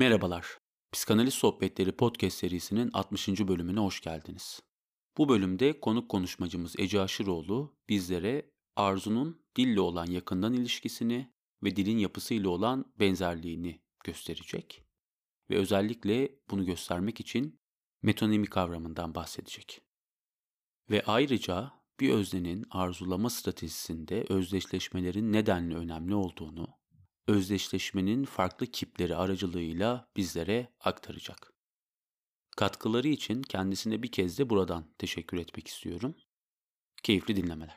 Merhabalar. Psikanaliz Sohbetleri podcast serisinin 60. bölümüne hoş geldiniz. Bu bölümde konuk konuşmacımız Ece Aşıroğlu bizlere arzunun dille olan yakından ilişkisini ve dilin yapısıyla olan benzerliğini gösterecek ve özellikle bunu göstermek için metonimi kavramından bahsedecek. Ve ayrıca bir öznenin arzulama stratejisinde özdeşleşmelerin nedenle önemli olduğunu, özdeşleşmenin farklı kipleri aracılığıyla bizlere aktaracak. Katkıları için kendisine bir kez de buradan teşekkür etmek istiyorum. Keyifli dinlemeler.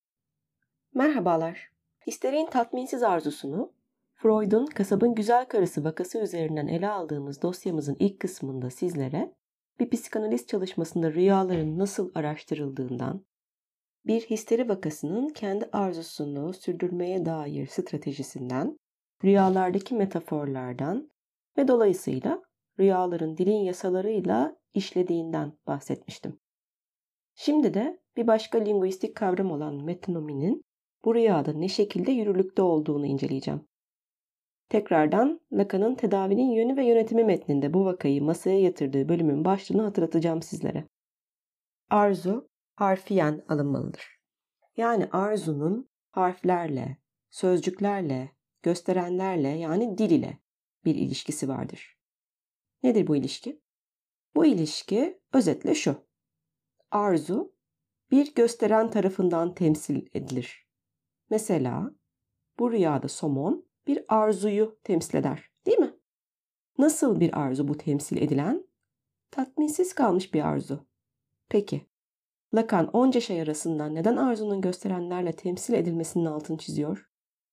Merhabalar. Hislerin tatminsiz arzusunu, Freud'un Kasabın Güzel Karısı vakası üzerinden ele aldığımız dosyamızın ilk kısmında sizlere bir psikanaliz çalışmasında rüyaların nasıl araştırıldığından, bir histeri vakasının kendi arzusunu sürdürmeye dair stratejisinden, rüyalardaki metaforlardan ve dolayısıyla rüyaların dilin yasalarıyla işlediğinden bahsetmiştim. Şimdi de bir başka linguistik kavram olan metonominin bu rüyada ne şekilde yürürlükte olduğunu inceleyeceğim. Tekrardan Lacan'ın Tedavinin Yönü ve Yönetimi metninde bu vakayı masaya yatırdığı bölümün başlığını hatırlatacağım sizlere. Arzu harfiyen alınmalıdır. Yani arzunun harflerle, sözcüklerle, gösterenlerle yani dil ile bir ilişkisi vardır. Nedir bu ilişki? Bu ilişki özetle şu. Arzu bir gösteren tarafından temsil edilir. Mesela bu rüyada somon bir arzuyu temsil eder, değil mi? Nasıl bir arzu bu temsil edilen? Tatminsiz kalmış bir arzu. Peki, Lacan onca şey arasından neden arzunun gösterenlerle temsil edilmesinin altını çiziyor?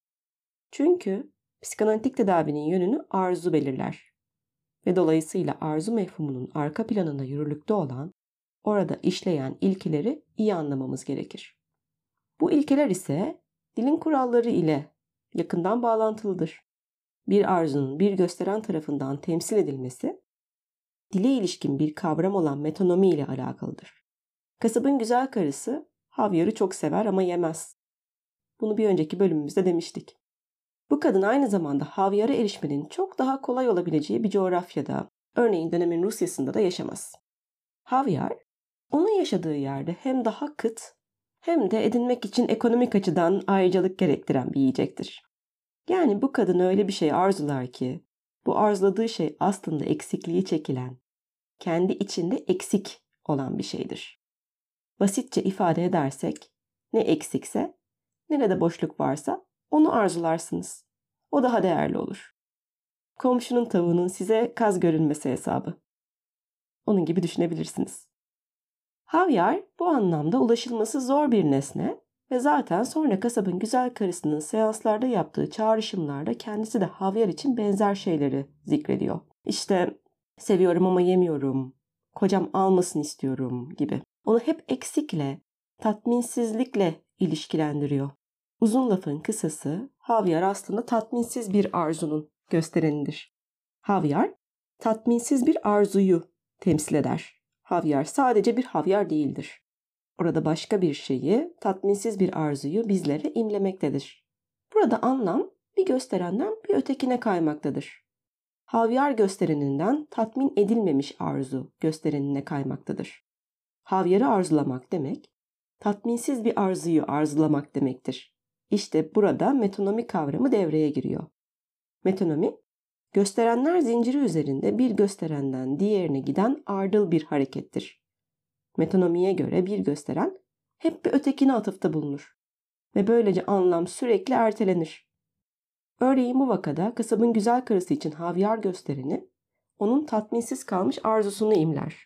Çünkü psikanalitik tedavinin yönünü arzu belirler. Ve dolayısıyla arzu mefhumunun arka planında yürürlükte olan, orada işleyen ilkeleri iyi anlamamız gerekir. Bu ilkeler ise dilin kuralları ile yakından bağlantılıdır. Bir arzunun bir gösteren tarafından temsil edilmesi, dile ilişkin bir kavram olan metonomi ile alakalıdır. Kasabın güzel karısı havyarı çok sever ama yemez. Bunu bir önceki bölümümüzde demiştik. Bu kadın aynı zamanda havyara erişmenin çok daha kolay olabileceği bir coğrafyada, örneğin dönemin Rusya'sında da yaşamaz. Havyar, onun yaşadığı yerde hem daha kıt hem de edinmek için ekonomik açıdan ayrıcalık gerektiren bir yiyecektir. Yani bu kadın öyle bir şey arzular ki, bu arzuladığı şey aslında eksikliği çekilen, kendi içinde eksik olan bir şeydir. Basitçe ifade edersek, ne eksikse, nerede boşluk varsa onu arzularsınız. O daha değerli olur. Komşunun tavuğunun size kaz görünmesi hesabı. Onun gibi düşünebilirsiniz. Havyar bu anlamda ulaşılması zor bir nesne ve zaten sonra kasabın güzel karısının seanslarda yaptığı çağrışımlarda kendisi de havyar için benzer şeyleri zikrediyor. İşte seviyorum ama yemiyorum, kocam almasın istiyorum gibi. Onu hep eksikle, tatminsizlikle ilişkilendiriyor. Uzun lafın kısası, havyar aslında tatminsiz bir arzunun gösterenidir. Havyar, tatminsiz bir arzuyu temsil eder. Havyar sadece bir havyar değildir. Orada başka bir şeyi, tatminsiz bir arzuyu bizlere imlemektedir. Burada anlam bir gösterenden bir ötekine kaymaktadır. Havyar göstereninden tatmin edilmemiş arzu gösterenine kaymaktadır. Havyarı arzulamak demek, tatminsiz bir arzuyu arzulamak demektir. İşte burada metonomi kavramı devreye giriyor. Metonomi, gösterenler zinciri üzerinde bir gösterenden diğerine giden ardıl bir harekettir. Metonomiye göre bir gösteren hep bir ötekine atıfta bulunur ve böylece anlam sürekli ertelenir. Örneğin bu vakada kasabın güzel karısı için havyar göstereni onun tatminsiz kalmış arzusunu imler.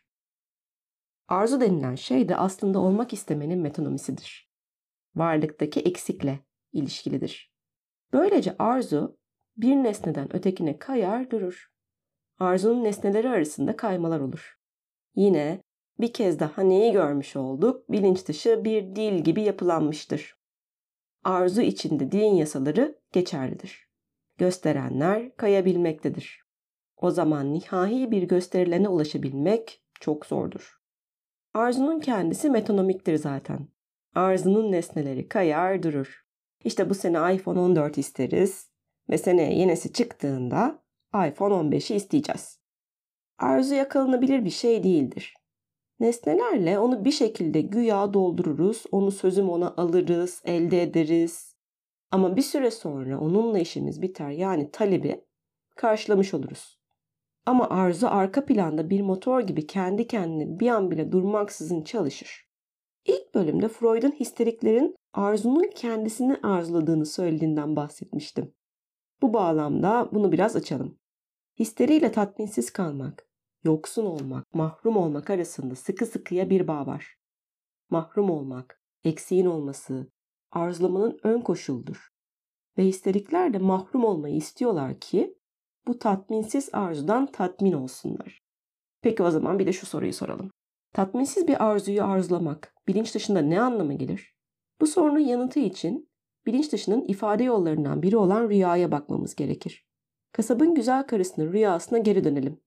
Arzu denilen şey de aslında olmak istemenin metonomisidir. Varlıktaki eksikle ilişkilidir. Böylece arzu bir nesneden ötekine kayar durur. Arzunun nesneleri arasında kaymalar olur. Yine bir kez daha neyi görmüş olduk? Bilinç dışı bir dil gibi yapılanmıştır. Arzu içinde dilin yasaları geçerlidir. Gösterenler kayabilmektedir. O zaman nihai bir gösterilene ulaşabilmek çok zordur. Arzunun kendisi metonomiktir zaten. Arzunun nesneleri kayar durur. İşte bu sene iPhone 14 isteriz ve seneye yenisi çıktığında iPhone 15'i isteyeceğiz. Arzu yakalanabilir bir şey değildir. Nesnelerle onu bir şekilde güya doldururuz, onu sözüm ona alırız, elde ederiz. Ama bir süre sonra onunla işimiz biter, yani talebi karşılamış oluruz. Ama arzu arka planda bir motor gibi kendi kendine bir an bile durmaksızın çalışır. İlk bölümde Freud'un histeriklerin arzunun kendisini arzuladığını söylediğinden bahsetmiştim. Bu bağlamda bunu biraz açalım. Histeriyle tatminsiz kalmak, yoksun olmak, mahrum olmak arasında sıkı sıkıya bir bağ var. Mahrum olmak, eksiğin olması, arzulamanın ön koşuludur. Ve histerikler de mahrum olmayı istiyorlar ki bu tatminsiz arzudan tatmin olsunlar. Peki o zaman bir de şu soruyu soralım. Tatminsiz bir arzuyu arzulamak bilinç dışında ne anlama gelir? Bu sorunun yanıtı için bilinç dışının ifade yollarından biri olan rüyaya bakmamız gerekir. Kasabın güzel karısının rüyasına geri dönelim.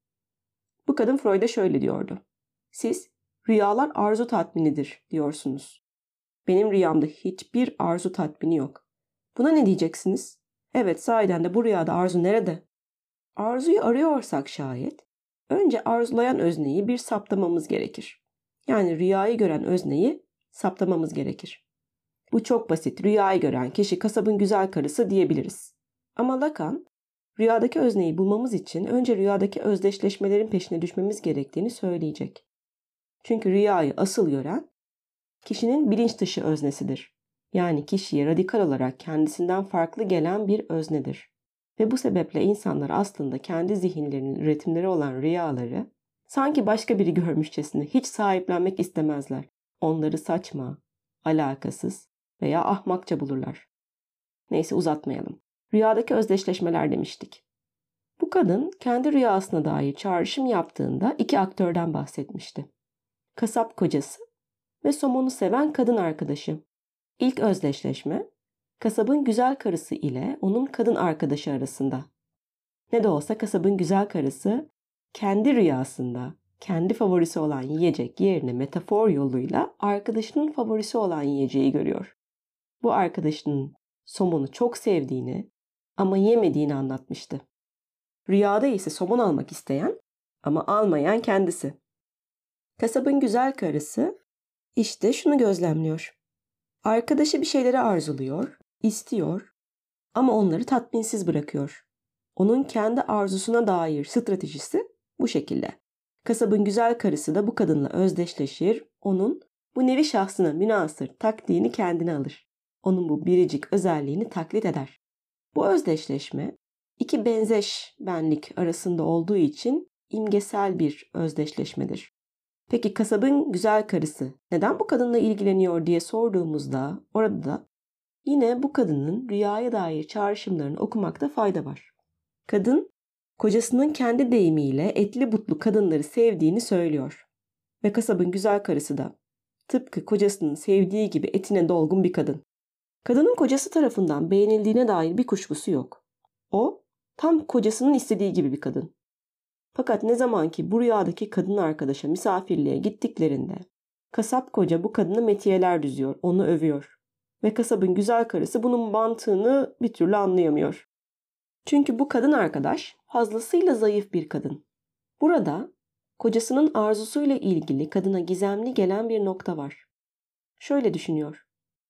Bu kadın Freud'a şöyle diyordu. Siz rüyalar arzu tatminidir diyorsunuz. Benim rüyamda hiçbir arzu tatmini yok. Buna ne diyeceksiniz? Evet, sahiden de bu rüyada arzu nerede? Arzuyu arıyorsak şayet, önce arzulayan özneyi bir saptamamız gerekir. Yani rüyayı gören özneyi saptamamız gerekir. Bu çok basit. Rüyayı gören kişi kasabın güzel karısı diyebiliriz. Ama Lacan, rüyadaki özneyi bulmamız için önce rüyadaki özdeşleşmelerin peşine düşmemiz gerektiğini söyleyecek. Çünkü rüyayı asıl gören kişinin bilinç dışı öznesidir. Yani kişiye radikal olarak kendisinden farklı gelen bir öznedir. Ve bu sebeple insanlar aslında kendi zihinlerinin üretimleri olan rüyaları sanki başka biri görmüşçesine hiç sahiplenmek istemezler. Onları saçma, alakasız veya ahmakça bulurlar. Neyse, uzatmayalım. Rüyadaki özdeşleşmeler demiştik. Bu kadın kendi rüyasına dair çağrışım yaptığında iki aktörden bahsetmişti. Kasap kocası ve somonu seven kadın arkadaşı. İlk özdeşleşme, kasabın güzel karısı ile onun kadın arkadaşı arasında. Ne de olsa kasabın güzel karısı kendi rüyasında kendi favorisi olan yiyecek yerine metafor yoluyla arkadaşının favorisi olan yiyeceği görüyor. Bu arkadaşının somonu çok sevdiğini ama yemediğini anlatmıştı. Rüyada ise somon almak isteyen ama almayan kendisi. Kasabın güzel karısı işte şunu gözlemliyor. Arkadaşı bir şeyleri arzuluyor, istiyor ama onları tatminsiz bırakıyor. Onun kendi arzusuna dair stratejisi bu şekilde. Kasabın güzel karısı da bu kadınla özdeşleşir, onun bu nevi şahsına münhasır taktiğini kendine alır. Onun bu biricik özelliğini taklit eder. Bu özdeşleşme iki benzeş benlik arasında olduğu için imgesel bir özdeşleşmedir. Peki kasabın güzel karısı neden bu kadınla ilgileniyor diye sorduğumuzda orada da yine bu kadının rüyaya dair çağrışımlarını okumakta fayda var. Kadın kocasının kendi deyimiyle etli butlu kadınları sevdiğini söylüyor. Ve kasabın güzel karısı da tıpkı kocasının sevdiği gibi etine dolgun bir kadın. Kadının kocası tarafından beğenildiğine dair bir kuşkusu yok. O tam kocasının istediği gibi bir kadın. Fakat ne zaman ki bu rüyadaki kadın arkadaşa misafirliğe gittiklerinde kasap koca bu kadına metiyeler düzüyor, onu övüyor. Ve kasabın güzel karısı bunun mantığını bir türlü anlayamıyor. Çünkü bu kadın arkadaş fazlasıyla zayıf bir kadın. Burada kocasının arzusuyla ilgili kadına gizemli gelen bir nokta var. Şöyle düşünüyor.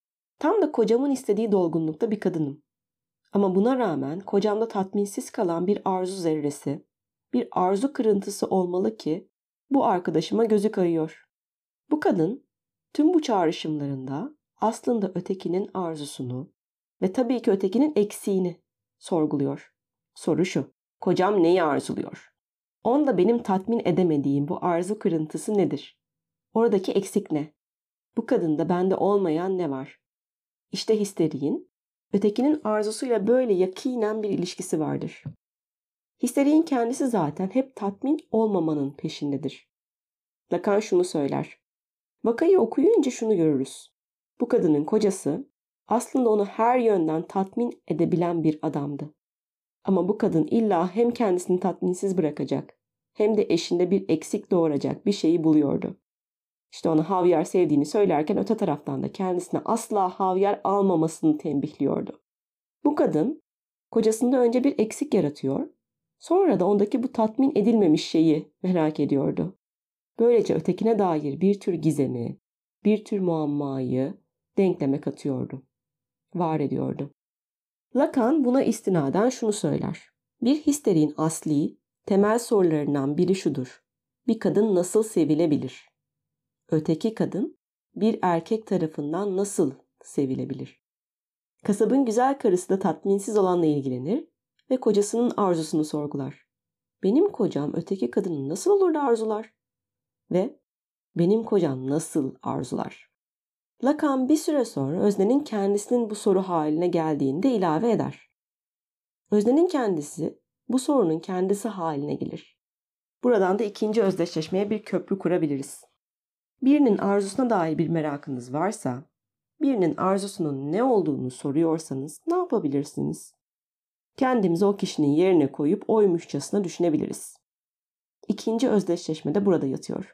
Tam da kocamın istediği dolgunlukta bir kadınım. Ama buna rağmen kocamda tatminsiz kalan bir arzu zerresi, bir arzu kırıntısı olmalı ki bu arkadaşıma gözü kayıyor. Bu kadın tüm bu çağrışımlarında aslında ötekinin arzusunu ve tabii ki ötekinin eksiğini sorguluyor. Soru şu: kocam neyi arzuluyor? Onda benim tatmin edemediğim bu arzu kırıntısı nedir? Oradaki eksik ne? Bu kadında bende olmayan ne var? İşte histeriğin ötekinin arzusuyla böyle yakinen bir ilişkisi vardır. Histeriğin kendisi zaten hep tatmin olmamanın peşindedir. Lacan şunu söyler. Vakayı okuyunca şunu görürüz. Bu kadının kocası aslında onu her yönden tatmin edebilen bir adamdı. Ama bu kadın illa hem kendisini tatminsiz bırakacak hem de eşinde bir eksik doğuracak bir şeyi buluyordu. İşte ona havyar sevdiğini söylerken öte taraftan da kendisine asla havyar almamasını tembihliyordu. Bu kadın kocasında önce bir eksik yaratıyor, Sonra da ondaki bu tatmin edilmemiş şeyi merak ediyordu. Böylece ötekine dair bir tür gizemi, bir tür muammayı denkleme katıyordu, var ediyordu. Lacan buna istinaden şunu söyler. Bir histeriğin asli, temel sorularından biri şudur. Bir kadın nasıl sevilebilir? Öteki kadın bir erkek tarafından nasıl sevilebilir? Kasabın güzel karısı da tatminsiz olanla ilgilenir ve kocasının arzusunu sorgular. Benim kocam öteki kadını nasıl olur da arzular? Ve benim kocam nasıl arzular? Lacan bir süre sonra öznenin kendisinin bu soru haline geldiğini de ilave eder. Öznenin kendisi bu sorunun kendisi haline gelir. Buradan da ikinci özdeşleşmeye bir köprü kurabiliriz. Birinin arzusuna dair bir merakınız varsa, birinin arzusunun ne olduğunu soruyorsanız ne yapabilirsiniz? Kendimizi o kişinin yerine koyup oymuşçasına düşünebiliriz. İkinci özdeşleşme de burada yatıyor.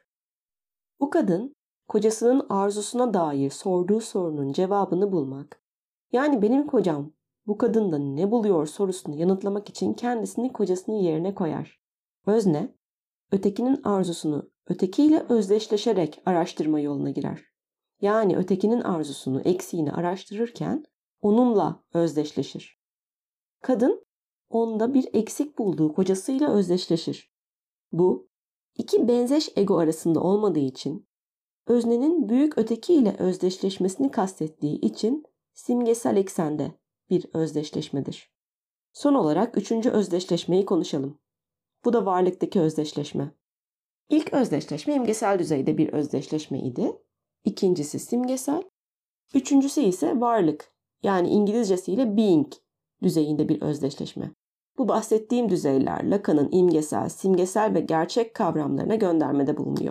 Bu kadın, kocasının arzusuna dair sorduğu sorunun cevabını bulmak, yani benim kocam bu kadında ne buluyor sorusunu yanıtlamak için kendisini kocasının yerine koyar. Özne, ötekinin arzusunu ötekiyle özdeşleşerek araştırma yoluna girer. Yani ötekinin arzusunu, eksiğini araştırırken onunla özdeşleşir. Kadın, onda bir eksik bulduğu kocasıyla özdeşleşir. Bu, iki benzeş ego arasında olmadığı için, öznenin büyük ötekiyle özdeşleşmesini kastettiği için simgesel eksende bir özdeşleşmedir. Son olarak üçüncü özdeşleşmeyi konuşalım. Bu da varlıktaki özdeşleşme. İlk özdeşleşme imgesel düzeyde bir özdeşleşme idi. İkincisi simgesel. Üçüncüsü ise varlık, yani İngilizcesiyle being düzeyinde bir özdeşleşme. Bu bahsettiğim düzeyler Lacan'ın imgesel, simgesel ve gerçek kavramlarına göndermede bulunuyor.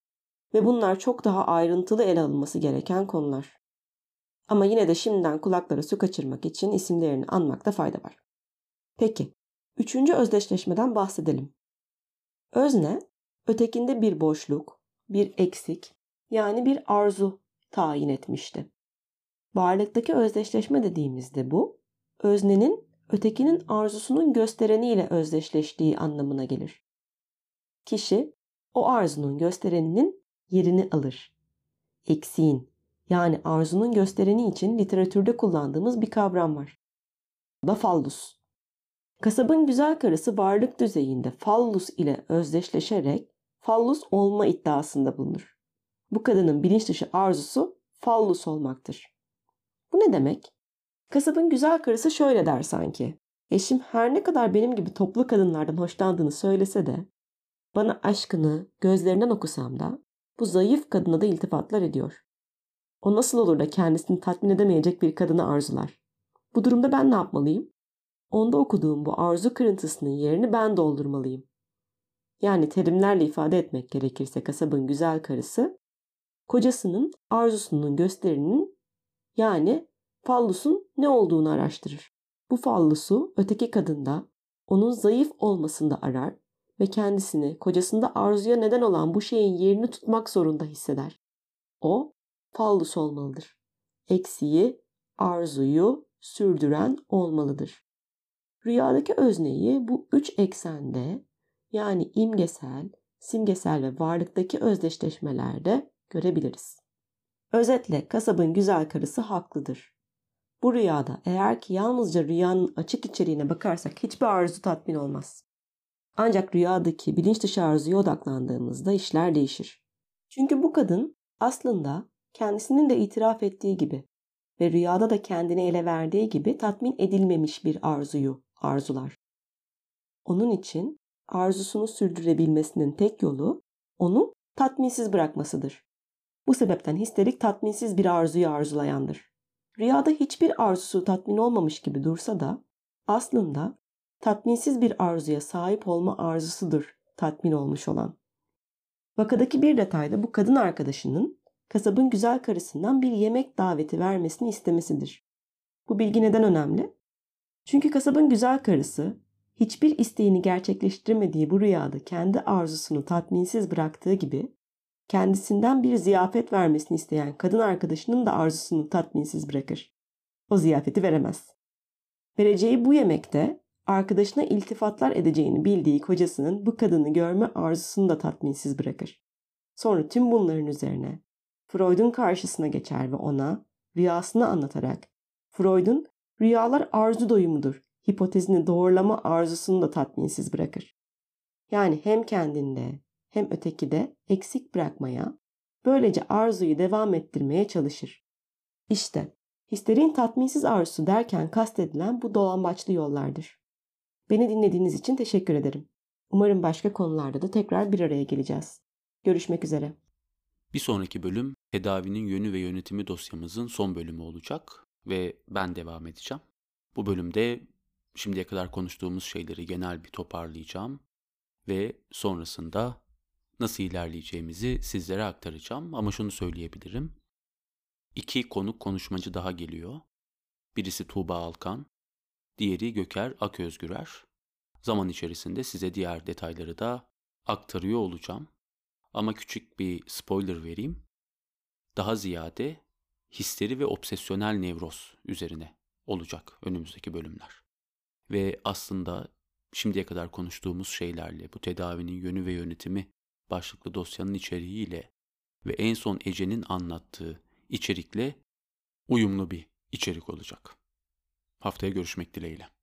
Ve bunlar çok daha ayrıntılı ele alınması gereken konular. Ama yine de şimdiden kulaklara su kaçırmak için isimlerini anmakta fayda var. Peki, üçüncü özdeşleşmeden bahsedelim. Özne, ötekinde bir boşluk, bir eksik, yani bir arzu tayin etmişti. Varlıktaki özdeşleşme dediğimizde bu, öznenin ötekinin arzusunun göstereniyle özdeşleştiği anlamına gelir. Kişi, o arzunun göstereninin yerini alır. Eksiğin, yani arzunun göstereni için literatürde kullandığımız bir kavram var. Bu da fallus. Kasabın güzel karısı varlık düzeyinde fallus ile özdeşleşerek fallus olma iddiasında bulunur. Bu kadının bilinç dışı arzusu fallus olmaktır. Bu ne demek? Kasabın güzel karısı şöyle der sanki. Eşim her ne kadar benim gibi toplu kadınlardan hoşlandığını söylese de, bana aşkını gözlerinden okusam da bu zayıf kadına da iltifatlar ediyor. O nasıl olur da kendisini tatmin edemeyecek bir kadını arzular? Bu durumda ben ne yapmalıyım? Onda okuduğum bu arzu kırıntısının yerini ben doldurmalıyım. Yani terimlerle ifade etmek gerekirse kasabın güzel karısı, kocasının arzusunun göstereninin, yani fallusun ne olduğunu araştırır. Bu fallusu öteki kadında onun zayıf olmasında arar ve kendisini kocasında arzuya neden olan bu şeyin yerini tutmak zorunda hisseder. O fallus olmalıdır. Eksiği, arzuyu sürdüren olmalıdır. Rüyadaki özneyi bu üç eksende, yani imgesel, simgesel ve varlıktaki özdeşleşmelerde görebiliriz. Özetle kasabın güzel karısı haklıdır. Bu rüyada eğer ki yalnızca rüyanın açık içeriğine bakarsak hiçbir arzu tatmin olmaz. Ancak rüyadaki bilinç dışı arzuya odaklandığımızda işler değişir. Çünkü bu kadın aslında kendisinin de itiraf ettiği gibi ve rüyada da kendini ele verdiği gibi tatmin edilmemiş bir arzuyu arzular. Onun için arzusunu sürdürebilmesinin tek yolu onu tatminsiz bırakmasıdır. Bu sebepten histerik tatminsiz bir arzuyu arzulayandır. Rüyada hiçbir arzusu tatmin olmamış gibi dursa da aslında tatminsiz bir arzuya sahip olma arzusudur tatmin olmuş olan. Vakadaki bir detayda bu kadın arkadaşının kasabın güzel karısından bir yemek daveti vermesini istemesidir. Bu bilgi neden önemli? Çünkü kasabın güzel karısı hiçbir isteğini gerçekleştiremediği bu rüyada kendi arzusunu tatminsiz bıraktığı gibi kendisinden bir ziyafet vermesini isteyen kadın arkadaşının da arzusunu tatminsiz bırakır. O ziyafeti veremez. Vereceği bu yemekte Arkadaşına iltifatlar edeceğini bildiği kocasının bu kadını görme arzusunu da tatminsiz bırakır. Sonra tüm bunların üzerine Freud'un karşısına geçer ve ona rüyasını anlatarak Freud'un rüyalar arzu doyumudur hipotezini doğrulama arzusunu da tatminsiz bırakır. Yani hem kendinde hem ötekide eksik bırakmaya, böylece arzuyu devam ettirmeye çalışır. İşte histerin tatminsiz arzusu derken kastedilen bu dolambaçlı yollardır. Beni dinlediğiniz için teşekkür ederim. Umarım başka konularda da tekrar bir araya geleceğiz. Görüşmek üzere. Bir sonraki bölüm tedavinin yönü ve yönetimi dosyamızın son bölümü olacak ve ben devam edeceğim. Bu bölümde şimdiye kadar konuştuğumuz şeyleri genel bir toparlayacağım ve sonrasında nasıl ilerleyeceğimizi sizlere aktaracağım. Ama şunu söyleyebilirim. 2 konuk konuşmacı daha geliyor. Birisi Tuğba Alkan, diğeri Göker Aközgürer. Zaman içerisinde size diğer detayları da aktarıyor olacağım. Ama küçük bir spoiler vereyim. Daha ziyade histeri ve obsesyonel nevroz üzerine olacak önümüzdeki bölümler. Ve aslında şimdiye kadar konuştuğumuz şeylerle, bu tedavinin yönü ve yönetimi başlıklı dosyanın içeriğiyle ve en son Ece'nin anlattığı içerikle uyumlu bir içerik olacak. Haftaya görüşmek dileğiyle.